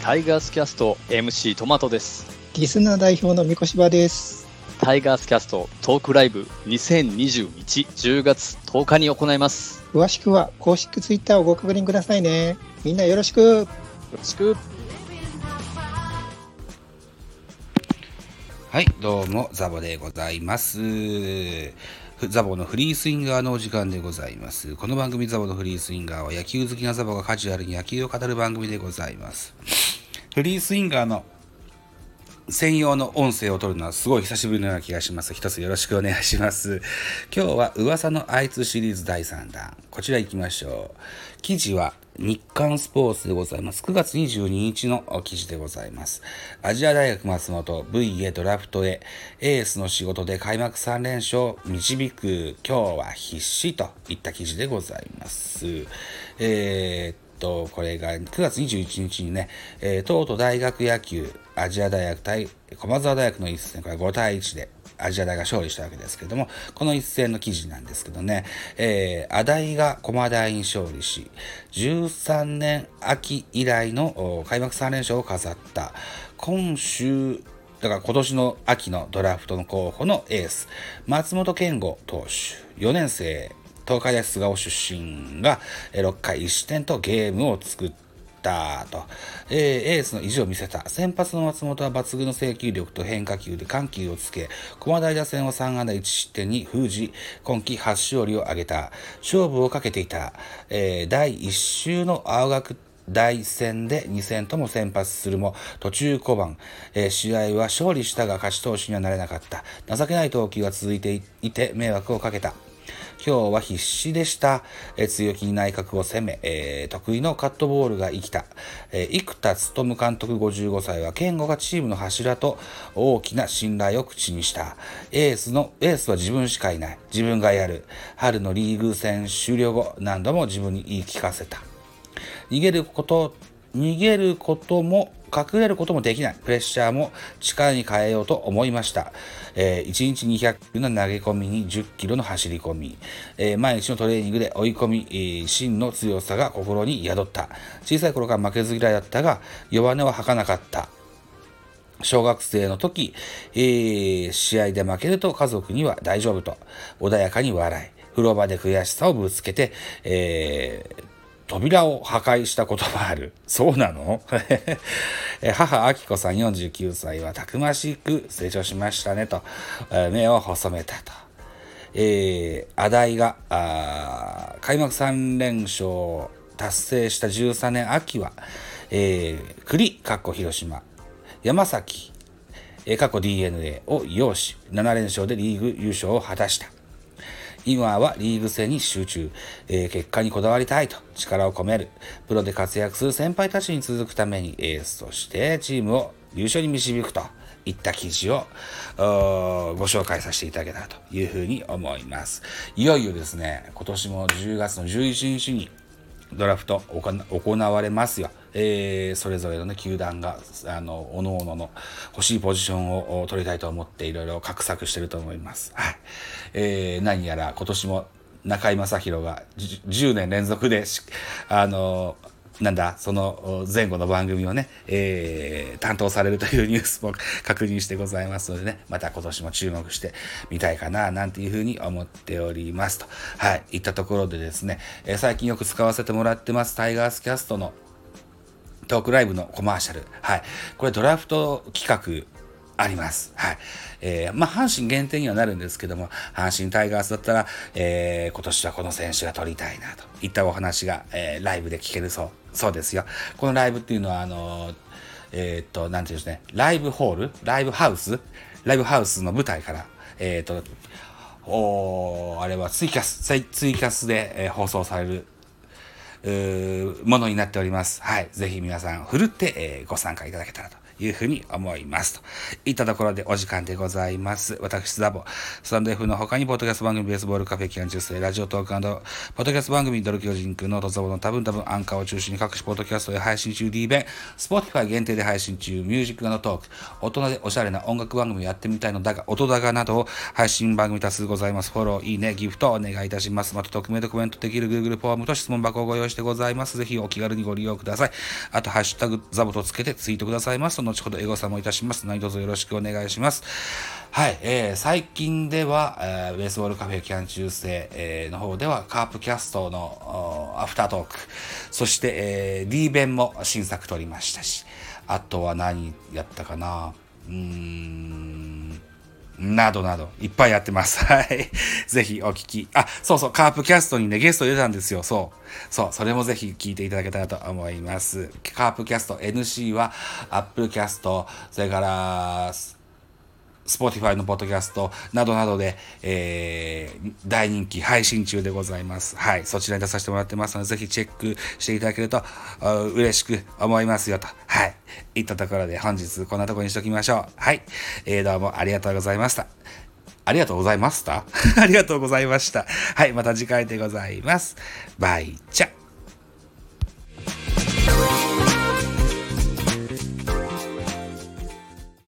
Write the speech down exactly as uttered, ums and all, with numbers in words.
タイガースキャスト エムシー トマトです。 リスナー代表の三越場です。 タイガースキャストトークライブにせんにじゅういち じゅうがつとおかに行います。 詳しくは公式ツイッターをご確認くださいね。みんなよろしくよろしく。 はい、どうもザボでございます。ザボのフリースインガーのお時間でございます。この番組ザボのフリースインガーは野球好きなザボがカジュアルに野球を語る番組でございます。フリースインガーの専用の音声を取るのはすごい久しぶりのような気がします。一つよろしくお願いします。今日は噂のあいつシリーズだいさんだん、こちら行きましょう。記事は日刊スポーツでございます。くがつにじゅうににちの記事でございます。アジア大学松本 V へドラフトへエースの仕事で開幕さんれんしょう導く今日は必死といった記事でございます。えーとこれがくがつにじゅういちにちにね、えー、東都大学野球アジア大学対駒澤大学の一戦、これごたいいちでアジア大が勝利したわけですけども、この一戦の記事なんですけどね、えー、ア大が駒大に勝利しじゅうさんねん秋以来の開幕さんれんしょうを飾った今週だから今年の秋のドラフトの候補のエース松本健吾投手、よねんせい東海大菅生出身がろっかいいっしってんとゲームを作ったと、えー、エースの意地を見せた。先発の松本は抜群の制球力と変化球で緩急をつけ、駒大打線をさんあんだいちしってんに封じ、今季はちしょうりを挙げた。勝負をかけていた、えー、だいいっしゅうの青学大戦でにせんとも先発するも途中降板、えー、試合は勝利したが勝ち投手にはなれなかった。情けない投球が続いていて迷惑をかけた。今日は必死でした。えー、強気に内角を攻め、えー、得意のカットボールが生きた。えー、生田勉監督ごじゅうごさいは健吾がチームの柱と大きな信頼を口にした。エースのエースは自分しかいない。自分がやる。春のリーグ戦終了後、何度も自分に言い聞かせた。逃げること逃げることも隠れることもできない。プレッシャーも力に変えようと思いました。えー、いちにちにひゃくキロの投げ込みにじゅっキロの走り込み、えー、毎日のトレーニングで追い込み、えー、真の強さが心に宿った。小さい頃から負けず嫌いだったが弱音は吐かなかった。小学生の時、えー、試合で負けると家族には大丈夫と穏やかに笑い、風呂場で悔しさをぶつけて、えー扉を破壊したこともある。そうなの母、明子さんよんじゅうきゅうさいはたくましく成長しましたねと、目を細めたと。えー、アダイが開幕さんれんしょう達成したじゅうさんねん秋は、えー、栗、かっこ広島、山崎、かっこ ディーエヌエー を擁し、ななれんしょうでリーグ優勝を果たした。今はリーグ戦に集中、えー、結果にこだわりたいと力を込める。プロで活躍する先輩たちに続くためにエースとしてチームを優勝に導くといった記事をご紹介させていただけたらというふうに思います。いよいよですね、今年もじゅうがつのじゅういちにちにドラフト行われますよ。えー、それぞれの、ね、球団があの各々の欲しいポジションを取りたいと思っていろいろ画策していると思います。はい。えー、何やら今年も中居正広がじゅうねんれんぞくであのなんだその前後の番組をね、えー、担当されるというニュースも確認してございますのでね、また今年も注目してみたいかななんていうふうに思っておりますと、はい、いったところでですね、えー、最近よく使わせてもらってますタイガースキャストのトークライブのコマーシャル、はい、これドラフト企画あります。はい。えー、まあ、阪神限定にはなるんですけども、阪神タイガースだったら、えー、今年はこの選手が取りたいなといったお話が、えー、ライブで聞けるそう、そうですよ。このライブっていうのは、あのー、えー、っと、なんていうんですね、ライブホール、ライブハウス、ライブハウスの舞台から、えー、っと、おあれはツイキャス、ツイキャスで、えー、放送される、ものになっております。はい。ぜひ皆さん、ふるって、えー、ご参加いただけたらというふうに思います。といったところでお時間でございます。私、ザボ、スタンド F の他に、ポッドキャスト番組、ベースボールカフェ期間中世、ラジオトーク&ポッドキャスト番組、ドル巨人くんのとザボの多分多分アンカーを中心に各種ポッドキャストで配信中 D 弁、Spotify 限定で配信中、ミュージック&トーク、大人でおしゃれな音楽番組をやってみたいのだが、音だがなど配信番組多数ございます。フォロー、いいね、ギフトお願いいたします。また、匿名でコメントできる Google フォームと質問箱をご用意してございます。ぜひお気軽にご利用ください。あと、ハッシュタグザボとつけてツイートくださいますと、後ほどエゴサもいたします。何卒よろしくお願いします。はい、えー、最近では、えー、ベースボールカフェ期間中世、えー、の方では、カープキャストのアフタートーク、そして、えー、D 弁も新作撮りましたし、あとは何やったかなうーん、などなど、いっぱいやってます。はい。ぜひお聞き。あ、そうそう、カープキャストにね、ゲスト出たんですよ。そう。そう、それもぜひ聞いていただけたらと思います。カープキャスト エヌシー は、Apple キャスト、それから、Spotify のポッドキャストなどなどで、えー、大人気配信中でございます。はい。そちらに出させてもらってますので、ぜひチェックしていただけると嬉しく思いますよと。はい。いったところで本日こんなところにしときましょう。はい。えー、どうもありがとうございました。ありがとうございましたありがとうございました。はい。また次回でございます。バイチャ。